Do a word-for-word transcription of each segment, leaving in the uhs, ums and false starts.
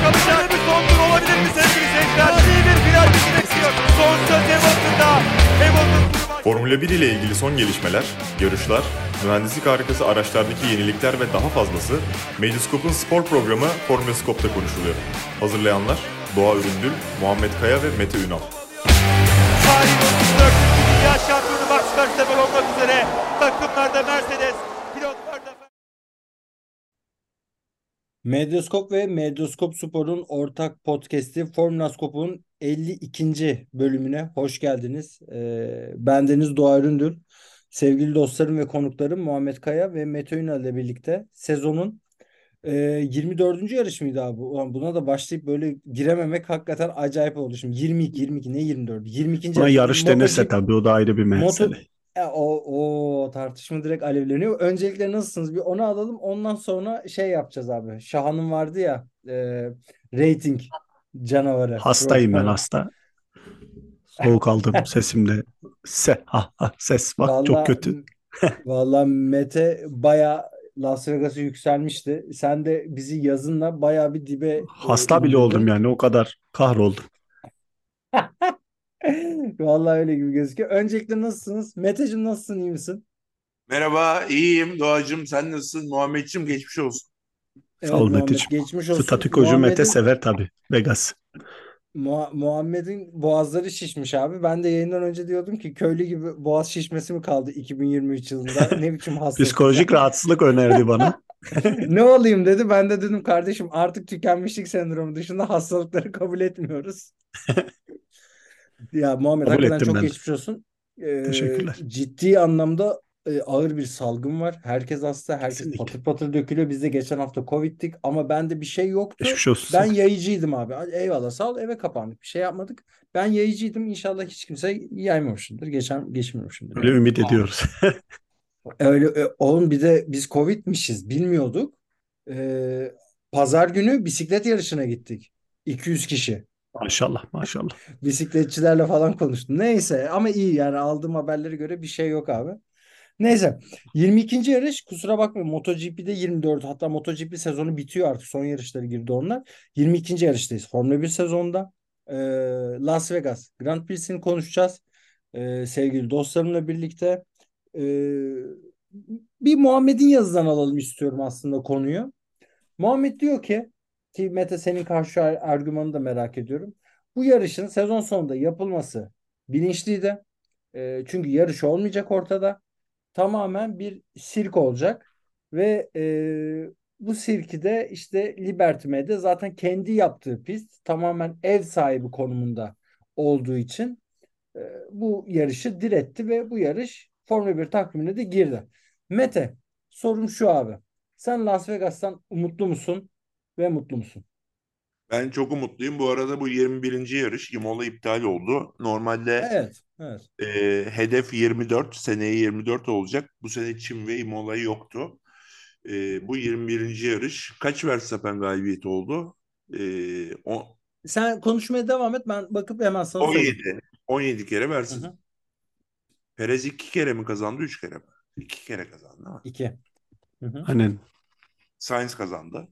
kalacak. Bir son tur olabilir mi sevgili seyirciler? İyi bir final bizi bekliyor. Son söz Hamilton'da. Hamilton turu Formula bir ile ilgili son gelişmeler, yarışlar, mühendislik harikası araçlardaki yenilikler ve daha fazlası Medyascope'un spor programı Formula Scope'da konuşuluyor. Hazırlayanlar Doğa Üründül, Muhammed Kaya ve Mete Ünal. Tarihin otuz dördüncü Dünya Şampiyonu Max Verstappen olmak üzere takımlarda Mercedes, pilotlarda Medyaskop ve Medyaskop Spor'un ortak podcast'i Formula Scope'un elli ikinci bölümüne hoş geldiniz. Ee, bendeniz Doğa Üründür. Sevgili dostlarım ve konuklarım Muhammed Kaya ve Mete Ünal ile birlikte sezonun e, yirmi dördüncü yarış mıydı abi? Ulan buna da başlayıp böyle girememek hakikaten acayip oldu. Şimdi yirmi iki, yirmi iki ne yirmi dördü? yirmi ikinci Buna yarış. yarış denirse tabii o da ayrı bir Moto mesele. e, o, o tartışma direkt alevleniyor. Öncelikle nasılsınız? Bir onu alalım. Ondan sonra şey yapacağız abi. Şahan'ın vardı ya e, rating canavarı Hastayım ben programı. hasta. Soğuk aldım sesimde. Se, ha, ha, ses bak çok Valla kötü. valla Mete baya Las Vegas'a yükselmişti. Sen de bizi yazınla baya bir dibe e, Hasta bile oldum indirdin. yani o kadar kahroldum. Vallahi öyle gibi gözüküyor. Öncelikle nasılsınız? Meteciğim nasılsın? İyi misin? Merhaba, iyiyim Doğacığım. Sen nasılsın? Muhammedciğim geçmiş olsun. Sağ Evet ol Muhammed Meteciğim. geçmiş olsun. Statükocu Mete Muhammed'in sever tabii. Vegas. Mu- Muhammed'in boğazları şişmiş abi. Ben de yayından önce diyordum ki köylü gibi boğaz şişmesi mi kaldı iki bin yirmi üç yılında? Ne biçim hastalık ya? Psikolojik rahatsızlık önerdi bana. Ne olayım dedi. Ben de dedim kardeşim artık tükenmişlik sendromu dışında hastalıkları kabul etmiyoruz. Ya Muhammed Kabul hakikaten ettim çok ben de. geçmiş olsun. Ee, Teşekkürler. ciddi anlamda e, ağır bir salgın var. Herkes hasta, herkes Kesinlikle. patır patır dökülüyor. Biz de geçen hafta Covid'dik ama bende bir şey yoktu. Geçmiş olsun Ben sana. yayıcıydım abi. Eyvallah sağ ol eve kapandık. Bir şey yapmadık. Ben yayıcıydım. İnşallah hiç kimse yaymamışımdır. Geçen geçmemişimdir Öyle yani. ümit ediyoruz. Öyle e, oğlum bir de biz Covid'mişiz bilmiyorduk. Ee, Pazar günü bisiklet yarışına gittik. iki yüz kişi. Maşallah maşallah. Bisikletçilerle falan konuştum. Neyse ama iyi yani aldığım haberlere göre bir şey yok abi. Neyse yirmi ikinci yarış kusura bakmayın MotoGP'de yirmi dört hatta MotoGP sezonu bitiyor artık son yarışları girdi onlar. yirmi ikinci yarıştayız Formula bir sezonda. Ee, Las Vegas Grand Prix'sini konuşacağız. Ee, sevgili dostlarımla birlikte. Ee, Bir Muhammed'in yazıdan alalım istiyorum aslında konuyu. Muhammed diyor ki ki Mete senin karşı ar- argümanını da merak ediyorum. Bu yarışın sezon sonunda yapılması bilinçliydi. E, çünkü yarış olmayacak ortada. Tamamen bir sirk olacak. Ve e, bu sirki de işte Liberty Media zaten kendi yaptığı pist tamamen ev sahibi konumunda olduğu için e, bu yarışı diretti ve bu yarış Formula bir takvimine de girdi. Mete, sorum şu abi. Sen Las Vegas'tan umutlu musun ve mutlu musun? Ben çok umutluyum. Bu arada bu yirmi birinci yarış Imola iptal oldu. Normalde Evet, evet. e, hedef yirmi dört, seneye yirmi dört olacak. Bu sene Çin ve Imola yoktu. E, bu yirmi birinci yarış kaç Verstappen galibiyeti oldu? E, o- Sen konuşmaya devam et. Ben bakıp hemen sana söyleyeyim. on yedi. on yedi kere Hı versin. hı. Perez iki kere mi kazandı, üç kere mi? İki kere kazandı ama. İki. Hı hı. Hani Sainz kazandı.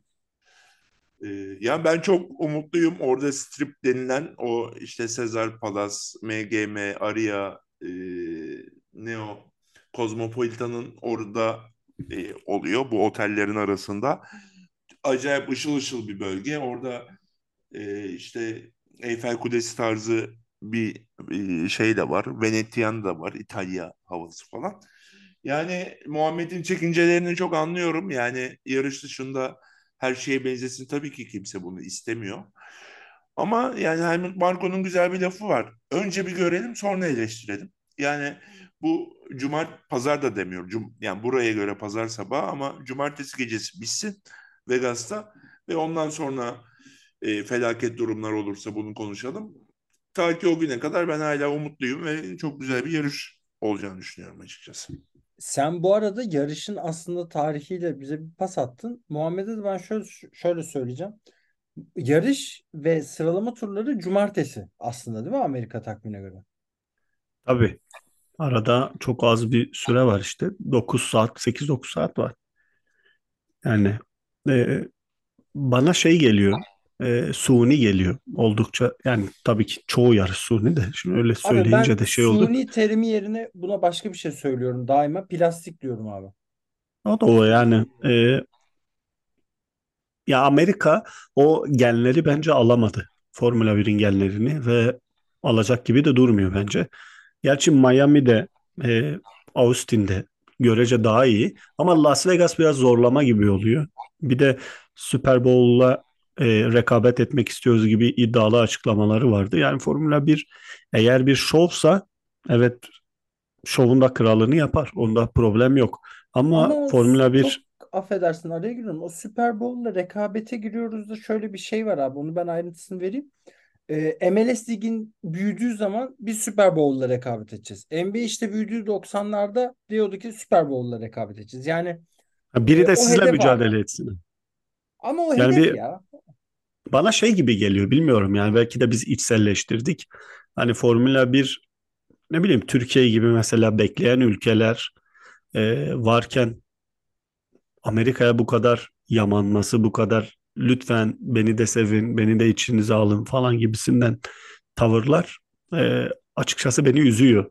Ee, ya ben çok umutluyum. Orada strip denilen o işte Caesar Palace, M G M, Aria, e, ne o? Cosmopolitan'ın orada e, oluyor bu otellerin arasında. Acayip ışıl ışıl bir bölge. Orada e, işte Eyfel Kulesi tarzı bir e, şey de var. Venetian da var. İtalya havası falan. Yani Muhammed'in çekincelerini çok anlıyorum. Yani yarış dışında her şeye benzesin tabii ki kimse bunu istemiyor. Ama yani Helmut Marko'nun güzel bir lafı var. Önce bir görelim sonra eleştirelim. Yani bu cumart pazar da demiyor. Cum yani buraya göre pazar sabahı ama cumartesi gecesi bitsin Vegas'ta ve ondan sonra e, felaket durumlar olursa bunu konuşalım. Ta ki o güne kadar ben hala umutluyum ve çok güzel bir yarış olacağını düşünüyorum açıkçası. Sen bu arada yarışın aslında tarihiyle bize bir pas attın. Muhammed'e de ben şöyle, şöyle söyleyeceğim. Yarış ve sıralama turları cumartesi aslında değil mi Amerika takvimine göre? tabii arada çok az bir süre var işte. dokuz saat, sekiz dokuz saat var. Yani e, bana şey geliyor. e, suni geliyor. Oldukça yani tabii ki çoğu yarış suni de. Şimdi öyle Abi söyleyince ben de şey oldu. suni terimi yerine buna başka bir şey söylüyorum daima. Plastik diyorum abi. O da o yani. E, ya Amerika o genleri bence alamadı. Formula birin genlerini ve alacak gibi de durmuyor bence. Gerçi Miami'de, e, Austin'de görece daha iyi. Ama Las Vegas biraz zorlama gibi oluyor. Bir de Super Bowl'la e, rekabet etmek istiyoruz gibi iddialı açıklamaları vardı. Yani Formula bir eğer bir şovsa evet şovun da kralını yapar. Onda problem yok. Ama Ama o s- Formula çok bir affedersin araya giriyorum. O Super Bowl'la rekabete giriyoruz da şöyle bir şey var abi. Onu ben ayrıntısını vereyim. Ee, M L S ligin büyüdüğü zaman biz Super Bowl'la rekabet edeceğiz. N B A işte büyüdüğü doksanlarda Rio'daki Super Bowl'la rekabet edeceğiz. Yani biri e, de o sizle hedef abi. mücadele etsin. Ama o Yani hedef bir ya. bana şey gibi geliyor bilmiyorum yani belki de biz içselleştirdik. Hani Formula bir ne bileyim Türkiye gibi mesela bekleyen ülkeler e, varken Amerika'ya bu kadar yamanması, bu kadar lütfen beni de sevin, beni de içinize alın falan gibisinden tavırlar e, açıkçası beni üzüyor.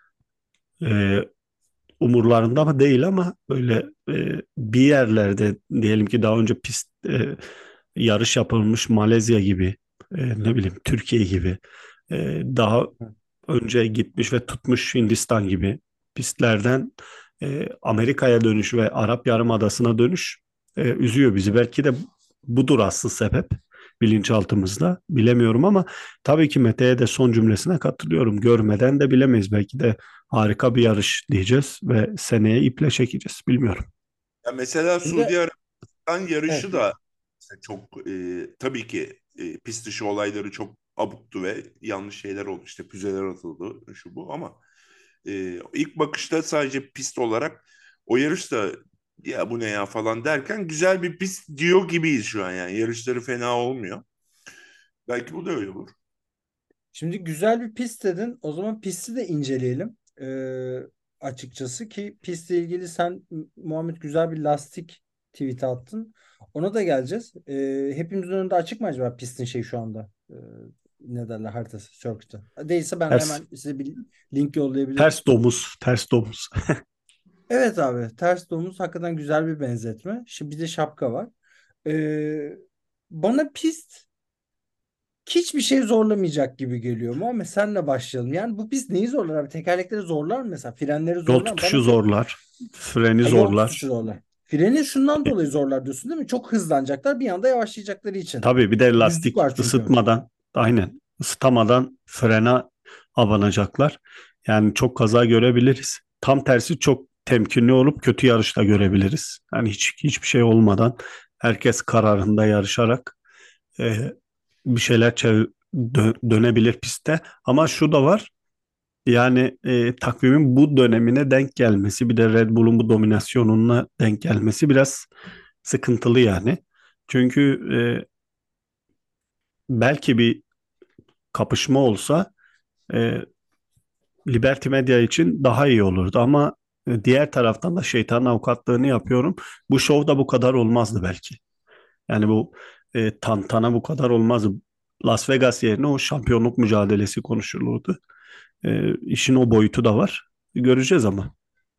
E, umurlarında mı değil ama böyle e, bir yerlerde diyelim ki daha önce pist e, yarış yapılmış Malezya gibi e, ne bileyim Türkiye gibi e, daha önce gitmiş ve tutmuş Hindistan gibi pistlerden e, Amerika'ya dönüş ve Arap Yarımadası'na dönüş e, üzüyor bizi. Belki de budur asıl sebep bilinçaltımızda bilemiyorum ama tabii ki Mete'ye de son cümlesine katılıyorum. Görmeden de bilemeyiz. Belki de harika bir yarış diyeceğiz ve seneye iple çekeceğiz. Bilmiyorum. Ya mesela Bir de Suudi Arabistan yarışı evet. da çok e, tabii ki e, pist dışı olayları çok abuktu ve yanlış şeyler oldu. İşte füzeler atıldı şu bu ama e, ilk bakışta sadece pist olarak o yarışta ya bu ne ya falan derken güzel bir pist diyor gibiyiz şu an yani. Yarışları fena olmuyor. Belki bu da öyle olur. Şimdi güzel bir pist dedin. O zaman pisti de inceleyelim. Ee, açıkçası ki pistle ilgili sen Muhammed güzel bir lastik tweet attın. Ona da geleceğiz. Ee, hepimizin önünde açık mı acaba pistin şey şu anda? Ee, ne derler haritası, circuit'ı. Değilse ben Ters, hemen size bir link yollayabilirim. ters domuz, ters domuz. Evet abi, ters domuz hakikaten güzel bir benzetme. Şimdi bir de şapka var. Ee, bana pist hiçbir şey zorlamayacak gibi geliyor mu? Ama senle başlayalım. Yani bu pist neyi zorlar abi? Tekerlekleri zorlar mı mesela? Frenleri Yol zorlar mı? Bana tutuşu çok zorlar, freni ha, yol tutuşu zorlar. zorlar. Freni şundan dolayı zorlar diyorsun değil mi? Çok hızlanacaklar bir anda yavaşlayacakları için. Tabii bir de Düzlük lastik var çünkü. ısıtmadan, aynen ısıtamadan frene abanacaklar. Yani çok kaza görebiliriz. Tam tersi çok temkinli olup kötü yarışta görebiliriz. Yani hiç hiçbir şey olmadan herkes kararında yarışarak e, bir şeyler çev- dö- dönebilir pistte. Ama şu da var. Yani e, takvimin bu dönemine denk gelmesi, bir de Red Bull'un bu dominasyonuna denk gelmesi biraz sıkıntılı yani. Çünkü e, belki bir kapışma olsa e, Liberty Media için daha iyi olurdu ama e, diğer taraftan da şeytanın avukatlığını yapıyorum. Bu şov da bu kadar olmazdı belki. Yani bu e, tantana bu kadar olmazdı. Las Vegas yerine o şampiyonluk mücadelesi konuşulurdu. E, işin o boyutu da var. Göreceğiz ama.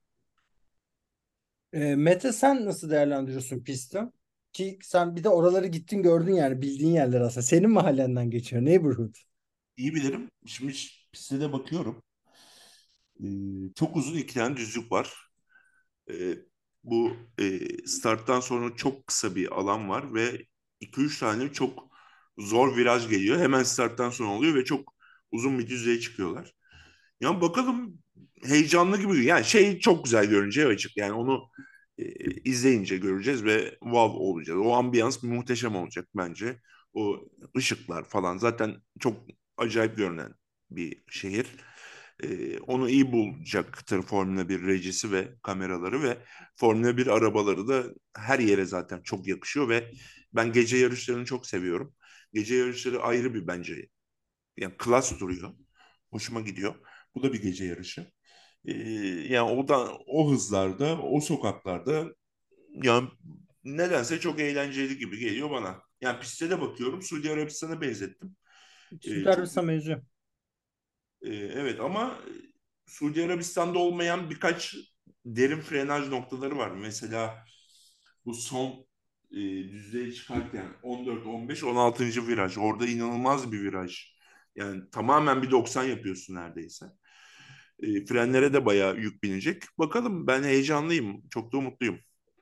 Ee, Mete sen nasıl değerlendiriyorsun pisti? Ki sen bir de oraları gittin gördün yani bildiğin yerler aslında. Senin mahallenden geçiyor. Neighborhood. İyi bilirim. Şimdi piste de bakıyorum. Ee, çok uzun iki tane düzlük var. Ee, bu e, starttan sonra çok kısa bir alan var ve iki üç tane çok zor viraj geliyor. Hemen starttan sonra oluyor ve çok uzun bir düzlüğe çıkıyorlar. Ya bakalım heyecanlı gibi. Yani şey çok güzel görünce açık. Yani onu e, izleyince göreceğiz ve wow olacağız. O ambiyans muhteşem olacak bence. O ışıklar falan zaten çok acayip görünen bir şehir. E, onu iyi bulacaktır Formula bir rejisi ve kameraları ve Formula bir arabaları da her yere zaten çok yakışıyor ve ben gece yarışlarını çok seviyorum. Gece yarışları ayrı bir bence yani klas duruyor. Hoşuma gidiyor. Bu da bir gece yarışı. Ee, yani o da o hızlarda, o sokaklarda yani nedense çok eğlenceli gibi geliyor bana. Yani piste de bakıyorum. Suudi Arabistan'a benzettim. Suudi Ee, çok Arabistan mevzu. e, evet ama Suudi Arabistan'da olmayan birkaç derin frenaj noktaları var. Mesela bu son e, düzlüğe çıkarken on dört, on beş, on altıncı viraj. Orada inanılmaz bir viraj. Yani tamamen bir doksan yapıyorsun neredeyse. E, frenlere de bayağı yük binecek. Bakalım, ben heyecanlıyım. Çok da umutluyum.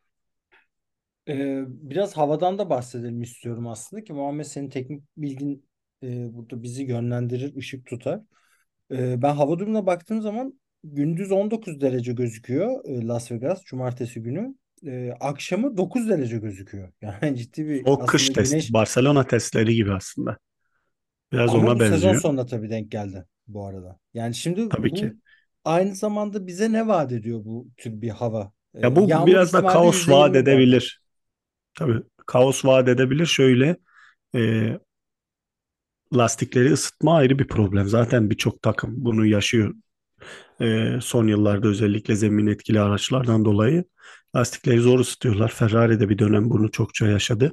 Ee, biraz havadan da bahsedelim istiyorum aslında ki Muhammed, senin teknik bilgin e, burada bizi yönlendirir, ışık tutar. Ee, ben hava durumuna baktığım zaman gündüz on dokuz derece gözüküyor e, Las Vegas cumartesi günü. Ee, akşamı dokuz derece gözüküyor. Yani ciddi bir O kış aslında testi, güneş, Barcelona testleri gibi aslında. Biraz ama ona bu sezon benziyor. sonuna tabii denk geldi bu arada. Yani şimdi Tabii ki. bu aynı zamanda bize ne vaat ediyor bu tür bir hava? Ee, Ya bu yağmur biraz da ihtimali de kaos yüzde vaat yirmi bu arada. edebilir. Tabii kaos vaat edebilir. Şöyle e, lastikleri ısıtma ayrı bir problem. Zaten birçok takım bunu yaşıyor. E, son yıllarda özellikle zemin etkili araçlardan dolayı lastikleri zor ısıtıyorlar. Ferrari de bir dönem bunu çokça yaşadı.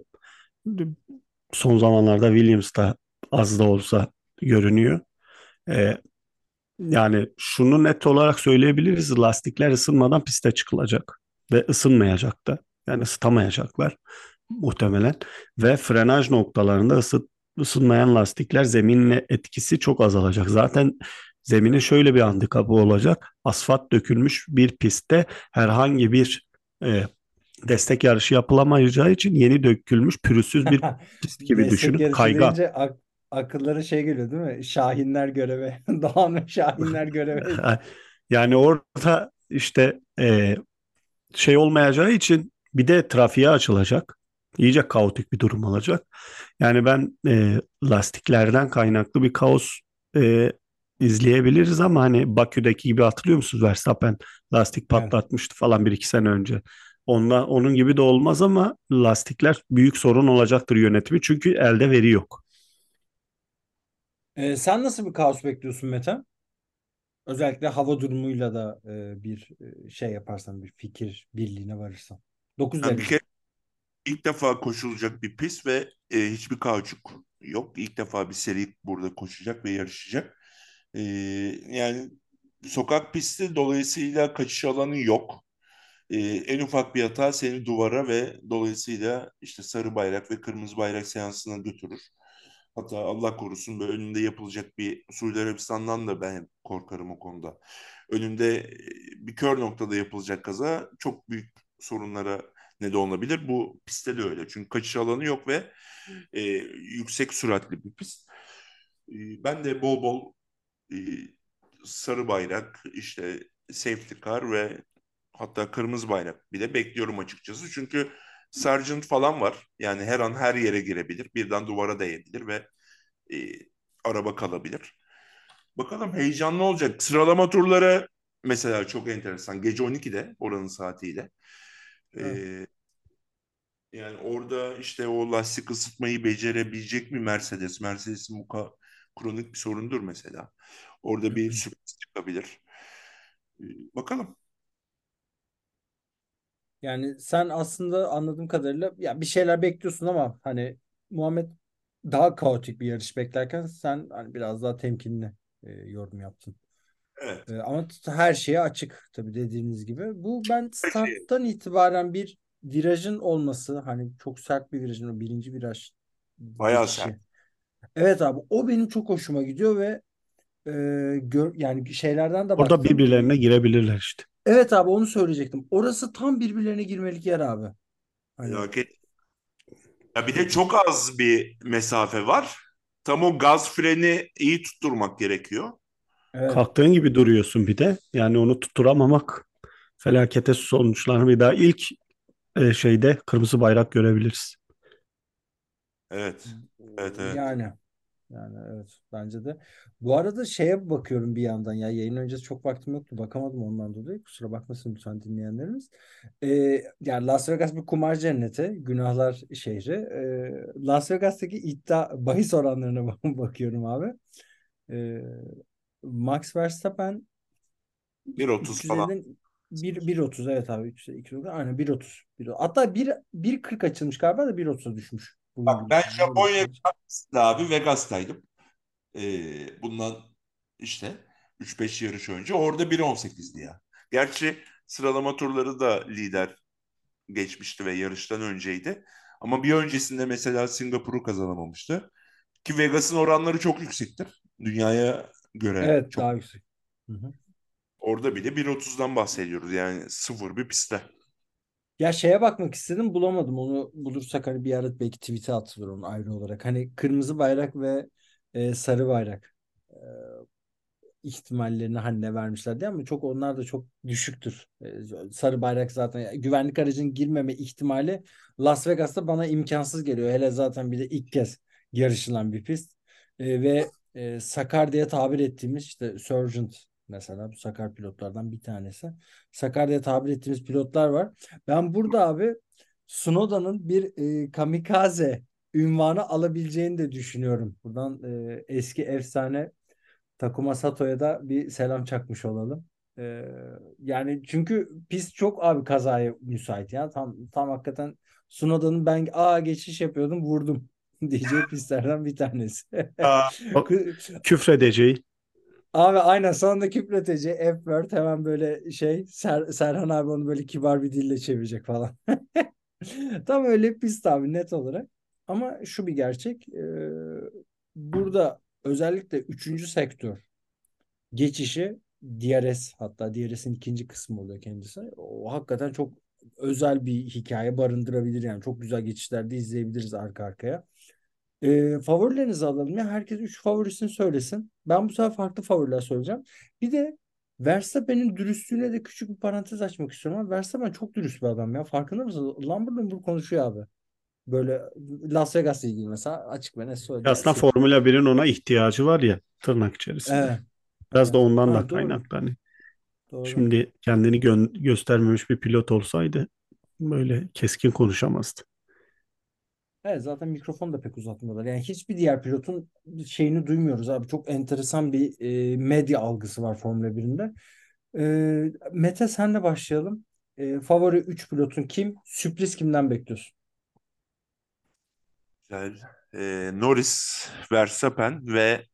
Son zamanlarda Williams'da az da olsa görünüyor. E, Yani şunu net olarak söyleyebiliriz. Lastikler ısınmadan piste çıkılacak ve ısınmayacak da. Yani ısıtamayacaklar muhtemelen. Ve frenaj noktalarında ısı, ısınmayan lastikler zeminle etkisi çok azalacak. Zaten zeminin şöyle bir handikapı olacak. Asfalt dökülmüş bir pistte herhangi bir e, destek yarışı yapılamayacağı için yeni dökülmüş pürüzsüz bir pist gibi Destek düşünün. yarışı Kaygan. deyince ak akıllara şey geliyor değil mi? Şahinler göreve. Doğan ve Şahinler göreve. Yani orada işte e, şey olmayacağı için bir de trafiğe açılacak. İyice kaotik bir durum olacak. Yani ben e, lastiklerden kaynaklı bir kaos e, izleyebiliriz ama hani Bakü'deki gibi hatırlıyor musunuz? Verstappen lastik Evet. patlatmıştı falan bir iki sene önce. Ondan, onun gibi de olmaz ama lastikler büyük sorun olacaktır yönetimi çünkü elde veri yok. Ee, sen nasıl bir kaos bekliyorsun Mete? Özellikle hava durumuyla da e, bir e, şey yaparsan, bir fikir birliğine varırsan. dokuz Yani bir derece. kere ilk defa koşulacak bir pist ve e, hiçbir kauçuk yok. İlk defa bir seri burada koşacak ve yarışacak. E, Yani sokak pisti, dolayısıyla kaçış alanı yok. E, en ufak bir hata seni duvara ve dolayısıyla işte sarı bayrak ve kırmızı bayrak seansına götürür. Hatta Allah korusun, böyle önünde yapılacak bir, Suudi Arabistan'dan da ben hep korkarım o konuda. Önünde e, bir kör noktada yapılacak kaza çok büyük sorunlara neden olabilir. Bu pistte de öyle. Çünkü kaçış alanı yok ve e, yüksek süratli bir pist. E, Ben de bol bol e, sarı bayrak, işte safety car ve hatta kırmızı bayrak bile bekliyorum açıkçası. Çünkü Sargent falan var. Yani her an her yere girebilir. Birden duvara değebilir ve e, araba kalabilir. Bakalım, heyecanlı olacak. Sıralama turları mesela çok enteresan. Gece on ikide oranın saatiyle. Evet. E, Yani orada işte o lastik ısıtmayı becerebilecek mi Mercedes? Mercedes'in bu ka- kronik bir sorundur mesela. Orada bir sürpriz çıkabilir. E, Bakalım. Yani sen aslında anladığım kadarıyla ya bir şeyler bekliyorsun ama hani Muhammed daha kaotik bir yarış beklerken sen hani biraz daha temkinli e, yorum yaptın. Evet. E, ama t- her şeye açık tabii dediğiniz gibi. Bu ben Her şey starttan itibaren bir virajın olması, hani çok sert bir virajın, o birinci viraj bayağı sert. geçişi. Evet abi, o benim çok hoşuma gidiyor ve e, gör, yani şeylerden de Orada baktım. birbirlerine girebilirler işte. Evet abi, onu söyleyecektim. Orası tam birbirlerine girmelik yer abi. Hani Felaket. Ya bir de çok az bir mesafe var. Tam o gaz freni iyi tutturmak gerekiyor. evet. Kalktığın gibi duruyorsun bir de. Yani onu tutturamamak felakete sonuçlar. Bir daha ilk e, şeyde kırmızı bayrak görebiliriz. Evet. Evet, evet. Yani yani evet, bence de. Bu arada şeye bakıyorum bir yandan, ya yayın öncesi çok vaktim yoktu, bakamadım, ondan dolayı kusura bakmasın lütfen dinleyenlerimiz. Ee, yani Las Vegas bir kumar cenneti, günahlar şehri. Ee, Las Vegas'taki iddia bahis oranlarına bak- bakıyorum abi. Ee, Max Verstappen bir otuz falan. üç yüz elliden bir, bir otuz, evet abi, üç yüz iki yüz aynen bir otuz. Bir- hatta bir, bir kırk açılmış galiba da bir otuza düşmüş. Bugün Bak gibi ben falan öyle bir Japonya şey. Grand Prix'sinde abi Vegas'taydım. Ee, bundan işte üç beş yarış önce. Orada bir on sekizdi ya. Gerçi sıralama turları da lider geçmişti ve yarıştan önceydi. Ama bir öncesinde mesela Singapur'u kazanamamıştı. Ki Vegas'ın oranları çok yüksektir. Dünyaya göre Evet, çok. daha yüksek. Hı hı. Orada bile bir otuzdan bahsediyoruz. Yani sıfır bir pistte. Ya şeye bakmak istedim, bulamadım. Onu bulursak hani bir ara belki tweet'e atılır onu ayrı olarak. Hani kırmızı bayrak ve e, sarı bayrak e, ihtimallerini hani ne vermişler diye, ama çok, onlar da çok düşüktür. E, sarı bayrak zaten güvenlik aracının girmeme ihtimali Las Vegas'ta bana imkansız geliyor. Hele zaten bir de ilk kez yarışılan bir pist. E, ve e, Sakar diye tabir ettiğimiz işte Sargent, mesela bu Sakar pilotlardan bir tanesi. Sakar diye tabir ettiğimiz pilotlar var. Ben burada abi Tsunoda'nın bir e, kamikaze ünvanı alabileceğini de düşünüyorum. Buradan e, eski efsane Takuma Sato'ya da bir selam çakmış olalım. Ee, yani çünkü pist çok abi kazaya müsait ya. Tam tam hakikaten Tsunoda'nın ben aa geçiş yapıyordum vurdum diyeceği pistlerden bir tanesi. Aa, O küfredeceği. Abi aynen, sonra da küpreteci F-word hemen böyle şey Ser, Serhan abi onu böyle kibar bir dille çevirecek falan. Tam öyle bir pist abi, net olarak. Ama şu bir gerçek. e, burada özellikle üçüncü sektör geçişi D R S, hatta D R S'in ikinci kısmı oluyor kendisi. O hakikaten çok özel bir hikaye barındırabilir yani. Çok güzel geçişler de izleyebiliriz arka arkaya. Ee, favorilerinizi alalım ya. Herkes üç favorisini söylesin. Ben bu sefer farklı favoriler söyleyeceğim. Bir de Verstappen'in dürüstlüğüne de küçük bir parantez açmak istiyorum ama Verstappen çok dürüst bir adam ya. Farkında mısın? Lambur lumbur konuşuyor abi. Böyle Las Vegas'la ilgili mesela açık ve net söyledi. Aslında sekiz. Formula birin ona ihtiyacı var ya, tırnak içerisinde. Evet. Biraz da Evet. ondan da Ha, doğru. kaynaklı. Hani Doğru. şimdi kendini gö- göstermemiş bir pilot olsaydı böyle keskin konuşamazdı. Evet, zaten mikrofonu da pek uzatmıyorlar. Yani hiçbir diğer pilotun şeyini duymuyoruz abi. Çok enteresan bir e, medya algısı var Formula birinde. E, Mete, senle başlayalım. E, favori üç pilotun kim? Sürpriz kimden bekliyorsun? güzel. Ee, Norris, Verstappen ve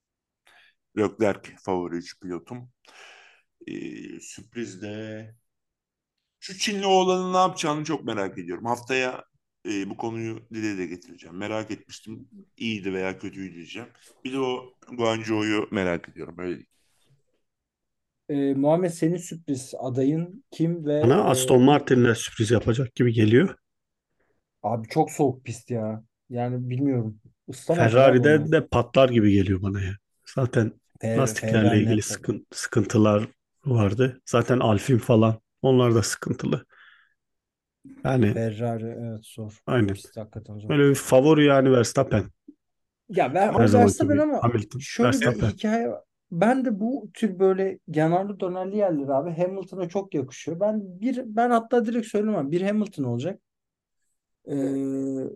Leclerc favori üç pilotum. Ee, sürpriz de şu Çinli oğlanın ne yapacağını çok merak ediyorum. Haftaya e, bu konuyu dile de getireceğim. Merak etmiştim. İyiydi veya kötüydü diyeceğim. Bir de o Guangzhou'yu merak ediyorum. Öyle değil. E, Muhammed, senin sürpriz adayın kim ve Bana Aston e, Martin'le sürpriz yapacak gibi geliyor. abi çok soğuk pist ya. Yani bilmiyorum. Islamazlar abi onlar. Ferrari'de de patlar gibi geliyor bana ya. Zaten Fer lastiklerle Ferrari ilgili net tabii. sıkın, sıkıntılar vardı. Zaten Alpine falan onlar da sıkıntılı. Yani Ferrari evet, zor. aynen. Pist hakikaten zor. Böyle bir favori yani Verstappen. Ya ver, Her o zamanki Verstappen gibi. ama Hamilton, şöyle bir Verstappen. hikaye var. Ben de bu tür böyle yanarlı dönerli yerler abi Hamilton'a çok yakışıyor. Ben bir ben hatta direkt söylemem. Bir Hamilton olacak. Ee,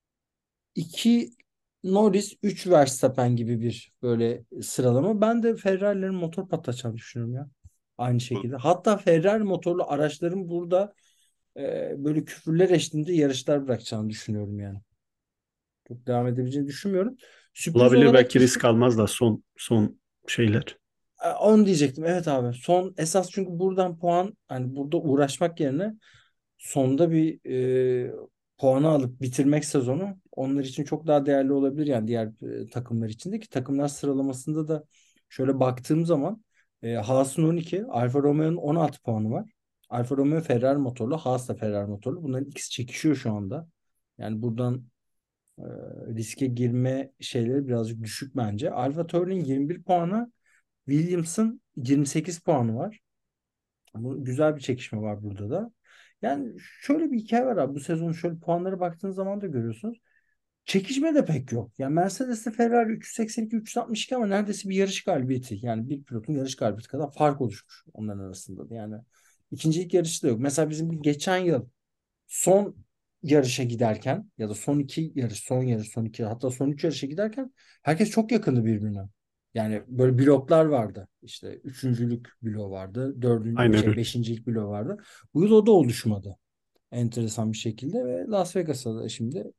iki Norris, üç Verstappen gibi bir böyle sıralama. Ben de Ferrari'lerin motor patlatacağını düşünüyorum ya. Aynı şekilde. Hatta Ferrari motorlu araçların burada e, böyle küfürler eşliğinde yarışlar bırakacağını düşünüyorum yani. Çok devam edebileceğini düşünmüyorum. Sürpriz Olabilir, olarak belki iki, risk almaz da son son şeyler. E, onu diyecektim. Evet abi. Son esas, çünkü buradan puan, hani burada uğraşmak yerine sonda bir e, puanı alıp bitirmek sezonu onlar için çok daha değerli olabilir yani diğer e, takımlar için de. Ki takımlar sıralamasında da şöyle baktığım zaman e, Haas'ın on iki, Alfa Romeo'nun on altı puanı var. Alfa Romeo Ferrari motorlu, Haas da Ferrari motorlu. Bunların ikisi çekişiyor şu anda. Yani buradan e, riske girme şeyleri birazcık düşük bence. Alfa Tauri'nin yirmi bir puanı, Williams'ın yirmi sekiz puanı var. Bu güzel bir çekişme var burada da. Yani şöyle bir hikaye var abi. Bu sezon şöyle puanlara baktığınız zaman da görüyorsunuz. Çekişme de pek yok. Yani Mercedes'te Ferrari üç yüz seksen iki üç yüz altmış iki ama neredeyse bir yarış galibiyeti. Yani bir pilotun yarış galibiyeti kadar fark oluşmuş onların arasında da. Yani ikincilik yarışı da yok. Mesela bizim bir geçen yıl son yarışa giderken ya da son iki yarış, son yarış, son iki, hatta son üç yarışa giderken herkes çok yakındı birbirine. Yani böyle bloklar vardı. İşte üçüncülük bloğu vardı. Dördüncü Aynen şey öyle. beşincilik bloğu vardı. Bu yıl o da oluşmadı. Enteresan bir şekilde ve Las Vegas'ta da şimdi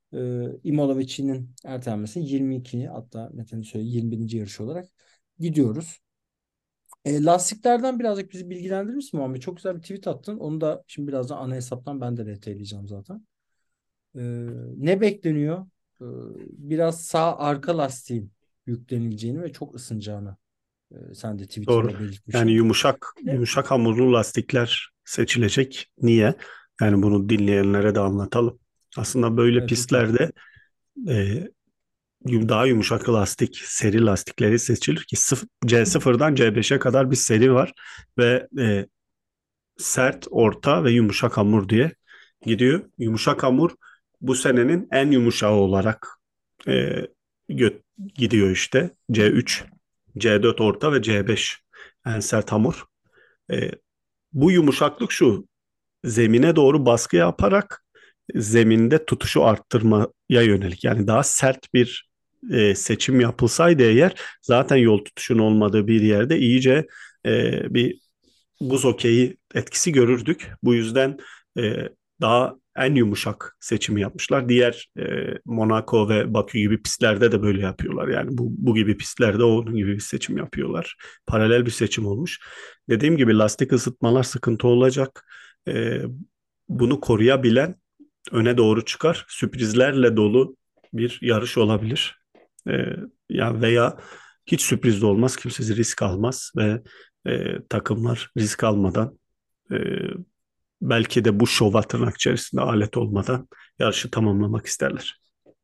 E, Imola ve Çin'in ertelenmesi yirmi iki, hatta Mete'nin söylediği yirmi birinci yarış olarak gidiyoruz. E, lastiklerden birazcık bizi bilgilendirir misin Muhammed? Çok güzel bir tweet attın. Onu da şimdi birazdan ana hesaptan ben de RT'leyeceğim zaten. E, Ne bekleniyor? E, Biraz sağ arka lastiğin yüklenileceğini ve çok ısınacağını e, sen de Doğru. tweetinde Yani belirtmişsin. yumuşak Ne? yumuşak hamurlu lastikler seçilecek. Niye? Yani bunu dinleyenlere de anlatalım. Aslında böyle Evet, lütfen. pistlerde e, daha yumuşak lastik, seri lastikleri seçilir ki sıf- C sıfırdan C beşe kadar bir seri var ve e, sert, orta ve yumuşak hamur diye gidiyor. Yumuşak hamur bu senenin en yumuşağı olarak e, gö- gidiyor işte. C üç, C dört orta ve C beş en sert hamur. E, Bu yumuşaklık şu: zemine doğru baskı yaparak zeminde tutuşu arttırmaya yönelik. Yani daha sert bir e, seçim yapılsaydı eğer, zaten yol tutuşun olmadığı bir yerde iyice e, bir buz okeyi etkisi görürdük. Bu yüzden e, daha en yumuşak seçimi yapmışlar. Diğer e, Monaco ve Bakü gibi pistlerde de böyle yapıyorlar. Yani bu, bu gibi pistlerde onun gibi bir seçim yapıyorlar. Paralel bir seçim olmuş. Dediğim gibi lastik ısıtmalar sıkıntı olacak. E, Bunu koruyabilen öne doğru çıkar. Sürprizlerle dolu bir yarış olabilir. E, Ya veya hiç sürpriz de olmaz. Kimse risk almaz ve e, takımlar risk almadan, e, belki de bu şova tırnak içerisinde alet olmadan yarışı tamamlamak isterler.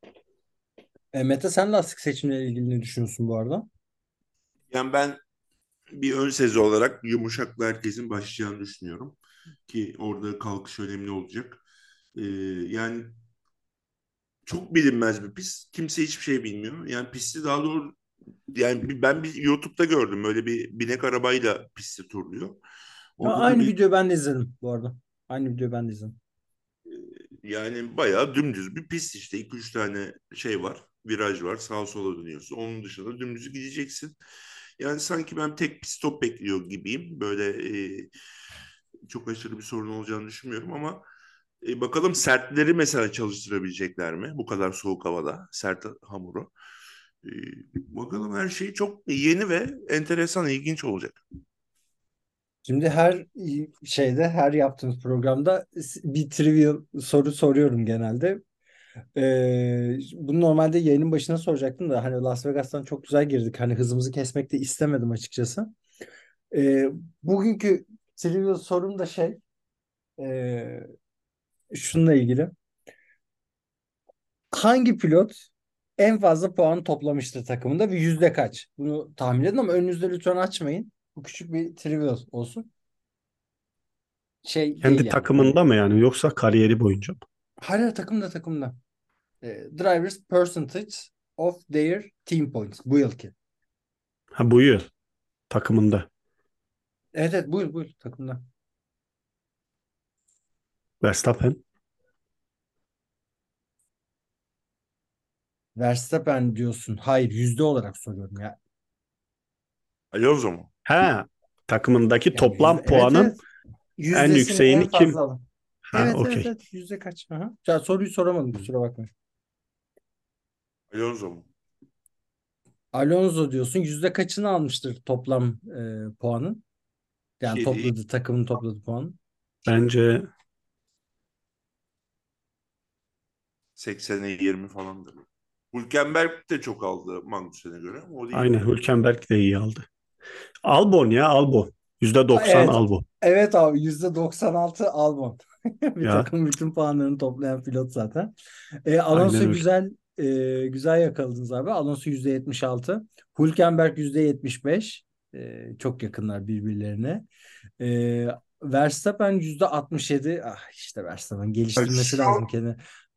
E, Mete, sen lastik seçimleriyle ilgili ne düşünüyorsun bu arada? Yani ben bir ön sezi olarak yumuşakla herkesin başlayacağını düşünüyorum. Ki orada kalkış önemli olacak. Ee, yani çok bilinmez bir pist. Kimse hiçbir şey bilmiyor. Yani pisti daha doğru, yani bir- ben bir YouTube'da gördüm. Böyle bir binek arabayla pisti turluyor. Ya, Orada da aynı bir videoyu ben de izledim bu arada. Aynı videoyu ben de izledim. yani bayağı dümdüz bir pist işte. İki üç tane şey var. Viraj var. Sağa sola dönüyorsun. Onun dışında dümdüz gideceksin. Yani sanki ben tek pit stop bekliyor gibiyim. Böyle e, çok aşırı bir sorun olacağını düşünmüyorum ama e, bakalım sertleri mesela çalıştırabilecekler mi? Bu kadar soğuk havada sert hamuru. E, bakalım, her şey çok yeni ve enteresan, ilginç olacak. Şimdi her şeyde, her yaptığımız programda bir trivial soru soruyorum genelde. Ee, bunu normalde yayının başına soracaktım da hani Las Vegas'tan çok güzel girdik. Hani hızımızı kesmek de istemedim açıkçası. Ee, Bugünkü trivial sorum da şey, e, şununla ilgili. Hangi pilot en fazla puan toplamıştır takımında ve yüzde kaç? Bunu tahmin edin ama önünüzde lütfen açmayın. Bu küçük bir trivial olsun. Şey değil Kendi yani. Hani takımında mı yani, yoksa kariyeri boyunca mı? her takımda takımda. E, drivers percentage of their team points. Bu yılki. Ha, bu yıl takımında. Evet, evet, buyur buyur takımda. Verstappen. Verstappen diyorsun. Hayır, yüzde olarak soruyorum ya. Alonso mu? Ha, takımındaki Yani yüzde, toplam evet, puanın evet. en Yüzdesini en yükseğini fazla kim? alın. Ha, Evet, evet, okey. evet. Yüzde kaç? Aha. Ya, soruyu soramadım, kusura bakma. Alonso mu? Alonso diyorsun. Yüzde kaçını almıştır toplam e, puanın? Yani Şey, topladı, takımın topladı puanı. Bence seksene yirmi falandır. Hülkenberg de çok aldı Magnussen'e göre ama o değil aynen, herhalde. Hülkenberg de iyi aldı. Albon ya, Albon. yüzde Ha, doksan evet. Albon. Evet abi, yüzde doksan altı Albon. Bir Ya, takım bütün puanlarını toplayan pilot zaten. E, aynen Alonso öyle. güzel e, güzel yakaladınız abi. Alonso yüzde yetmiş altı. Hülkenberg yüzde yetmiş beş. E, çok yakınlar birbirlerine. E, Verstappen yüzde altmış yedi. Ah, işte Verstappen Ya geliştirmesi Şu, lazım kendini.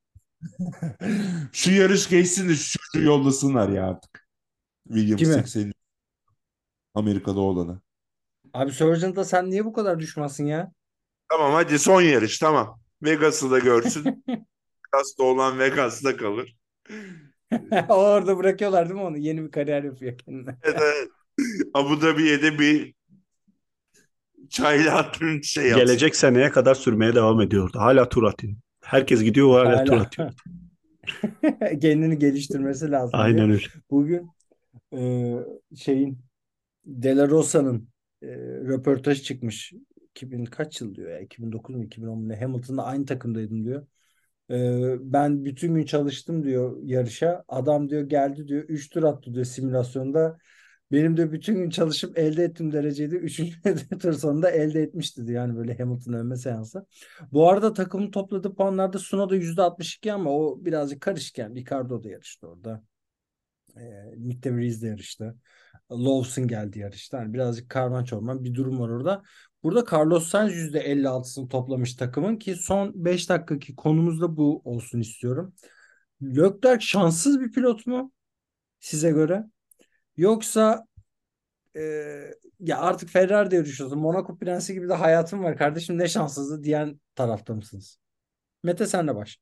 şu yarış geçsin de şu çocuğu yollasınlar ya artık. Williams Kimi? seksen Amerika'da olanı. Abi Sargent'da sen niye bu kadar düşmansın ya? Tamam, hadi son yarış, tamam. Vegas'ı da görsün. Vegas'ta olan Vegas'ta kalır. Orada bırakıyorlar değil mi onu? Yeni bir kariyer yapıyor kendine. Ya da Abu Dhabi'ye bir çayla attığın şey yapsın. Gelecek seneye kadar sürmeye devam ediyordu. Hala tur atıyor. Herkes gidiyor, o hala tur Hala. atıyor. Kendini geliştirmesi lazım diye. Aynen öyle. Bugün e, şeyin De La Rosa'nın e, röportaj çıkmış. iki bin kaç yıl diyor ya? iki bin dokuz mu iki bin on mu ne? Hamilton'la aynı takımdaydım diyor. E, ben bütün gün çalıştım diyor yarışa. Adam diyor geldi diyor üç tur attı diyor simülasyonda. Benim de bütün gün çalışıp elde ettiğim dereceydi. Üçüncü tur sonunda elde etmişti diyor. Yani böyle Hamilton övme seansı. Bu arada takımın topladığı puanlarda Tsunoda yüzde altmış iki ama o birazcık karışık yani. Ricardo da yarıştı orada. E, Nick de Vries de yarıştı. Lawson geldi yarışta. Yani birazcık karman çorman bir durum var orada. Burada Carlos Sainz yüzde elli altısını toplamış takımın ki son beş dakikaki konumuz da bu olsun istiyorum. Leclerc şanssız bir pilot mu size göre? Yoksa e, ya artık Ferrari'de yarışıyorsun. Monaco Prensi gibi de hayatım var kardeşim ne şanssızlığı diyen tarafta mısınız? Mete senle baş.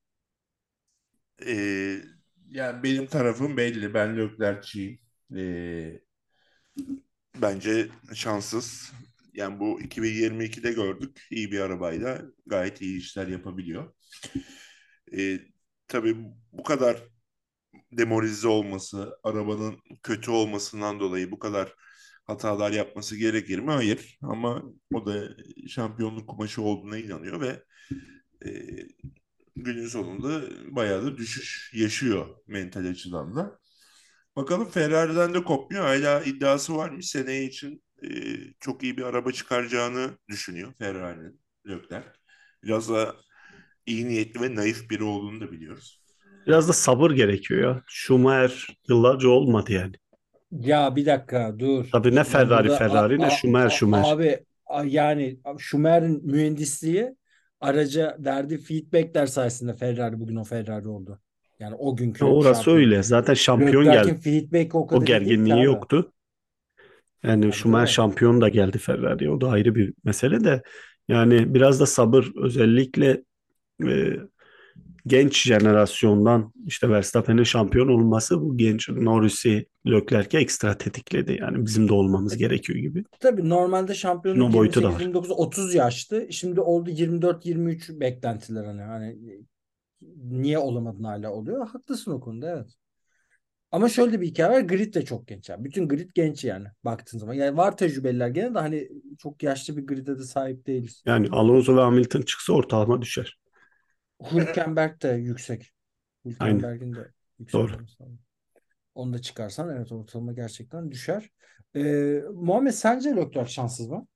Ee, Yani benim tarafım belli. Ben Leclerc'ciyim. Ee, Bence şanssız. Yani bu iki bin yirmi ikide gördük. İyi bir arabayla gayet iyi işler yapabiliyor. Ee, tabii bu kadar demoralize olması, arabanın kötü olmasından dolayı bu kadar hatalar yapması gerekir mi? Hayır. Ama o da şampiyonluk kumaşı olduğuna inanıyor ve e, günün sonunda bayağı da düşüş yaşıyor mental açıdan da. Bakalım Ferrari'den de kopmuyor. Hala iddiası varmış. Seneye için e, çok iyi bir araba çıkaracağını düşünüyor Ferrari'nin Leclerc. Biraz da iyi niyetli ve naif biri olduğunu da biliyoruz. Biraz da sabır gerekiyor ya. Schumacher yıllarca olmadı yani. Ya bir dakika dur. Tabii ne Şimdi Ferrari burada a- Ferrari ne a- Schumacher a- Schumacher. abi a- yani Schumacher'in mühendisliği araca verdiği feedbackler sayesinde Ferrari bugün o Ferrari oldu. Yani o Ya günkü orası öyle. şampiyonluk. Zaten şampiyon geldi. Leclerc'in feedback'i o O kadar iyi değil ki gerginliği abi. yoktu. Yani Tabii Schumacher tabii. şampiyon da geldi Ferrari'ye. O da ayrı bir mesele de. Yani biraz da sabır özellikle e, genç jenerasyondan işte Verstappen'in şampiyon olması bu genç Norris'i Leclerc'e ekstra tetikledi. Yani bizim de olmamız E, gerekiyor gibi. tabii normalde Şunun o şampiyonluk boyutu da yirmi sekiz, var. yirmi dokuz, otuz yaştı. Şimdi oldu yirmi dört, yirmi üç beklentiler hani. Hani niye olamadın hala oluyor. Haklısın o konuda evet. Ama şöyle bir hikaye var. Grid de çok genç. Yani. Bütün grid genç yani baktığın zaman. Yani var tecrübeliler gene de hani çok yaşlı bir grid'e de sahip değiliz. Yani Alonso ve Hamilton çıksa ortalama düşer. Hülkenberg de yüksek. Aynen. Hülkenberg'in de yüksek Doğru. olması lazım. Onu da çıkarsan evet ortalama gerçekten düşer. Ee, Muhammed sence Leclerc şanssız mı?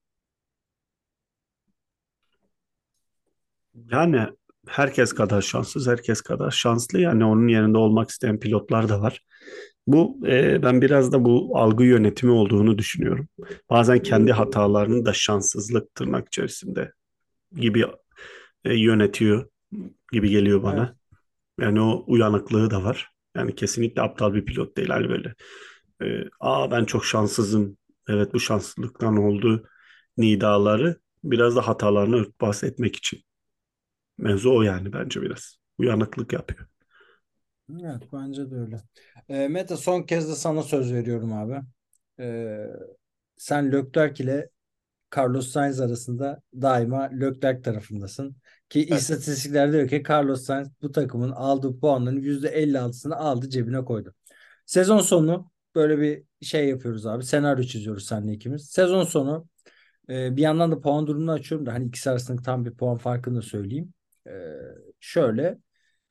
Yani herkes kadar şanssız, herkes kadar şanslı. Yani onun yerinde olmak isteyen pilotlar da var. Bu e, ben biraz da bu algı yönetimi olduğunu düşünüyorum. Bazen kendi hatalarını da şanssızlık tırnak içerisinde gibi e, yönetiyor gibi geliyor Evet. bana. Yani o uyanıklığı da var. Yani kesinlikle aptal bir pilot değil. Hani böyle e, aa ben çok şanssızım. Evet bu şanssızlıktan oldu nidaları biraz da hatalarını örtbas etmek için. Mevzu o yani bence biraz. Uyanıklık yapıyor. Evet bence de öyle. Ee, Mete son kez de sana söz veriyorum abi. Ee, sen Leclerc ile Carlos Sainz arasında daima Leclerc tarafındasın. Ki istatistiklerde diyor ki Carlos Sainz bu takımın aldığı puanların yüzde elli altısını aldı cebine koydu. Sezon sonu böyle bir şey yapıyoruz abi. Senaryo çiziyoruz seninle ikimiz. Sezon sonu e, bir yandan da puan durumunu açıyorum da hani ikisi arasındaki tam bir puan farkını da söyleyeyim. E, şöyle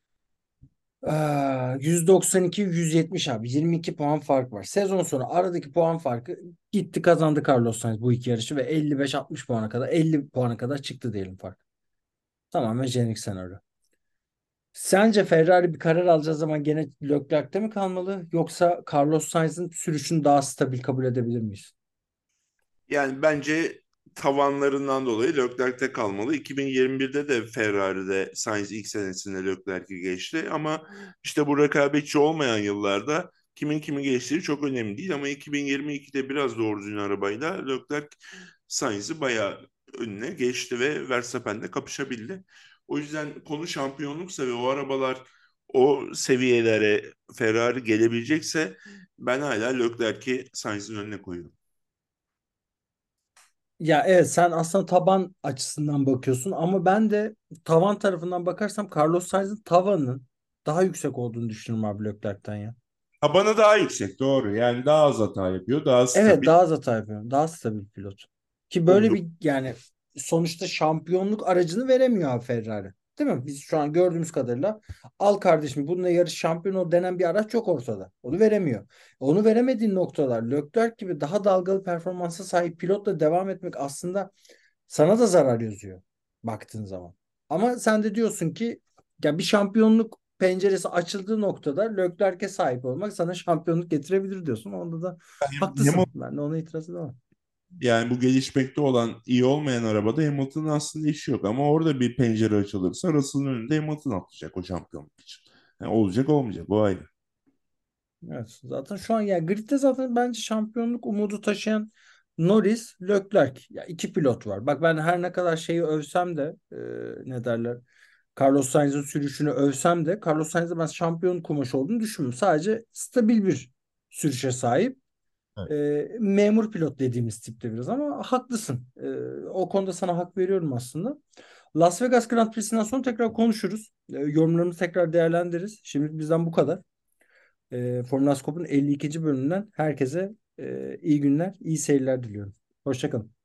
Aa, yüz doksan iki yüz yetmiş abi. yirmi iki puan fark var. Sezon sonu aradaki puan farkı gitti kazandı Carlos Sainz bu iki yarışı ve elli beş altmış puana kadar elli puana kadar çıktı diyelim fark. Tamamen jenerik senaryo. Sence Ferrari bir karar alacağı zaman gene Leclerc'te mi kalmalı yoksa Carlos Sainz'ın sürüşünü daha stabil kabul edebilir miyiz? Yani bence tavanlarından dolayı Leclerc'te kalmalı. iki bin yirmi birde de Ferrari'de Sainz ilk senesinde Leclerc'i geçti. Ama işte bu rekabetçi olmayan yıllarda kimin kimi geçtiği çok önemli değil. Ama iki bin yirmi ikide biraz doğru düzgün arabayla Leclerc Sainz'i bayağı önüne geçti ve Verstappen'le kapışabildi. O yüzden konu şampiyonluksa ve o arabalar o seviyelere Ferrari gelebilecekse ben hala Leclerc'i Sainz'in önüne koyuyorum. Ya evet sen aslında taban açısından bakıyorsun ama ben de tavan tarafından bakarsam Carlos Sainz'ın tavanının daha yüksek olduğunu düşünüyorum abi Leclerc'ten ya. Tabanı daha yüksek, doğru. Yani daha az hata yapıyor, daha Evet, stabil. daha az hata yapıyor. Daha stabil pilot. Ki böyle Ondan bir yani sonuçta şampiyonluk aracını veremiyor abi Ferrari. Değil mi? Biz şu an gördüğümüz kadarıyla al kardeşim bununla yarış şampiyonu denen bir araç çok ortada. Onu veremiyor. Onu veremediğin noktalar Leclerc gibi daha dalgalı performansa sahip pilotla devam etmek aslında sana da zarar yazıyor baktığın zaman. Ama sen de diyorsun ki ya bir şampiyonluk penceresi açıldığı noktada Leclerc'e sahip olmak sana şampiyonluk getirebilir diyorsun. Onda da haklısın. Ben de ona itiraz edemem. Yani bu gelişmekte olan iyi olmayan arabada Hamilton'ın aslında işi yok. Ama orada bir pencere açılırsa Russell'ın önünde Hamilton atlayacak o şampiyonluk için. Yani olacak olmayacak o ayrı. Evet, zaten şu an ya gridde zaten bence şampiyonluk umudu taşıyan Norris, Leclerc. Ya iki pilot var. Bak ben her ne kadar şeyi övsem de e, ne derler? Carlos Sainz'in sürüşünü övsem de Carlos Sainz'de ben şampiyon kumaşı olduğunu düşünmüyorum. Sadece stabil bir sürüşe sahip. Evet. E, memur pilot dediğimiz tipte biraz ama haklısın. E, o konuda sana hak veriyorum aslında. Las Vegas Grand Prix'sinden sonra tekrar konuşuruz. E, yorumlarımızı tekrar değerlendiririz. Şimdi bizden bu kadar. E, Formula Scope'un elli ikinci bölümünden herkese e, iyi günler, iyi seyirler diliyorum. Hoşça kalın.